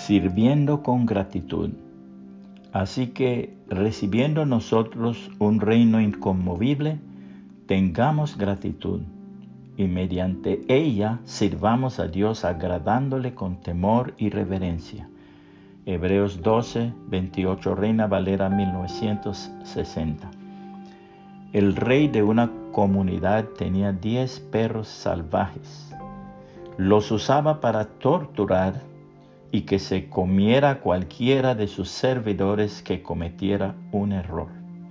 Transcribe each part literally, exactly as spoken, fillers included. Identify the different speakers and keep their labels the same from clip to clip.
Speaker 1: sirviendo con gratitud. Así que, recibiendo nosotros un reino inconmovible, tengamos gratitud, y mediante ella sirvamos a Dios agradándole con temor y reverencia. Hebreos doce, veintiocho, Reina Valera mil novecientos sesenta. El rey de una comunidad tenía diez perros salvajes. Los usaba para torturar y que se comiera cualquiera de sus servidores que cometiera un error.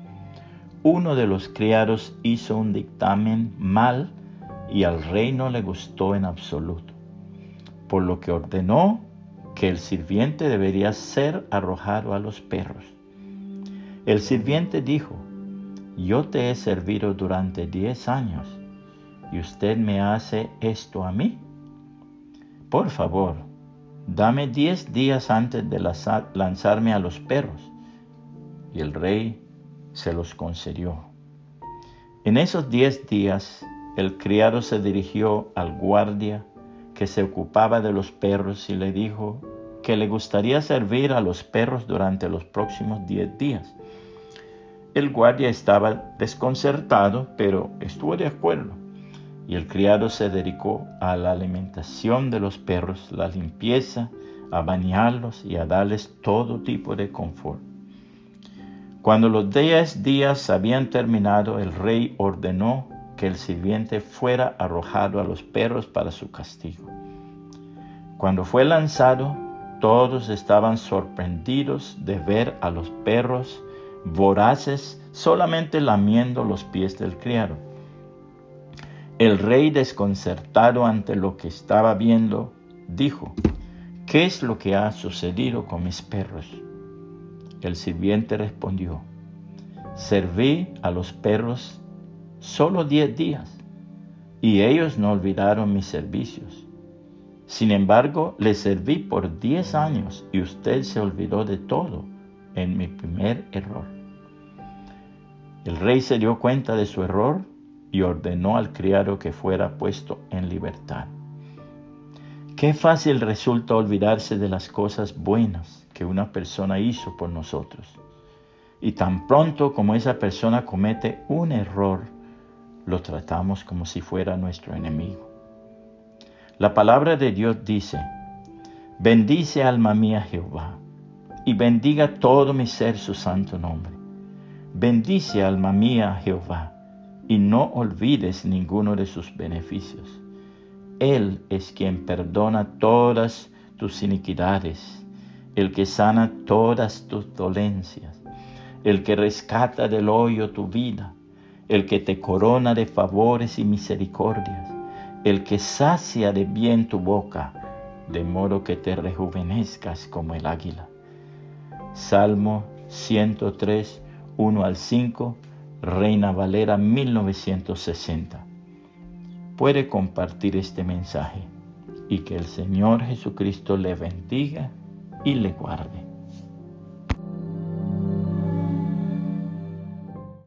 Speaker 1: Uno de los criados hizo un dictamen mal y al rey no le gustó en absoluto, por lo que ordenó que el sirviente debería ser arrojado a los perros. El sirviente dijo: yo te he servido durante diez años, ¿y usted me hace esto a mí? Por favor, dame diez días antes de lanzarme a los perros. Y el rey se los concedió. En esos diez días, el criado se dirigió al guardia que se ocupaba de los perros y le dijo que le gustaría servir a los perros durante los próximos diez días. El guardia estaba desconcertado, pero estuvo de acuerdo, y el criado se dedicó a la alimentación de los perros, la limpieza, a bañarlos y a darles todo tipo de confort. Cuando los diez días habían terminado, el rey ordenó que el sirviente fuera arrojado a los perros para su castigo. Cuando fue lanzado, todos estaban sorprendidos de ver a los perros voraces solamente lamiendo los pies del criado. El rey, desconcertado ante lo que estaba viendo, dijo: ¿qué es lo que ha sucedido con mis perros? El sirviente respondió: serví a los perros solo diez días, y ellos no olvidaron mis servicios. Sin embargo, les serví por diez años, y usted se olvidó de todo en mi primer error. El rey se dio cuenta de su error y ordenó al criado que fuera puesto en libertad. Qué fácil resulta olvidarse de las cosas buenas que una persona hizo por nosotros. Y tan pronto como esa persona comete un error, lo tratamos como si fuera nuestro enemigo. La palabra de Dios dice: bendice, alma mía, Jehová, y bendiga todo mi ser su santo nombre. Bendice, alma mía, Jehová, y no olvides ninguno de sus beneficios. Él es quien perdona todas tus iniquidades, el que sana todas tus dolencias, el que rescata del hoyo tu vida, el que te corona de favores y misericordias, el que sacia de bien tu boca, de modo que te rejuvenezcas como el águila. Salmo ciento tres, uno al cinco, Reina Valera mil novecientos sesenta. Puede compartir este mensaje y que el Señor Jesucristo le bendiga y le guarde.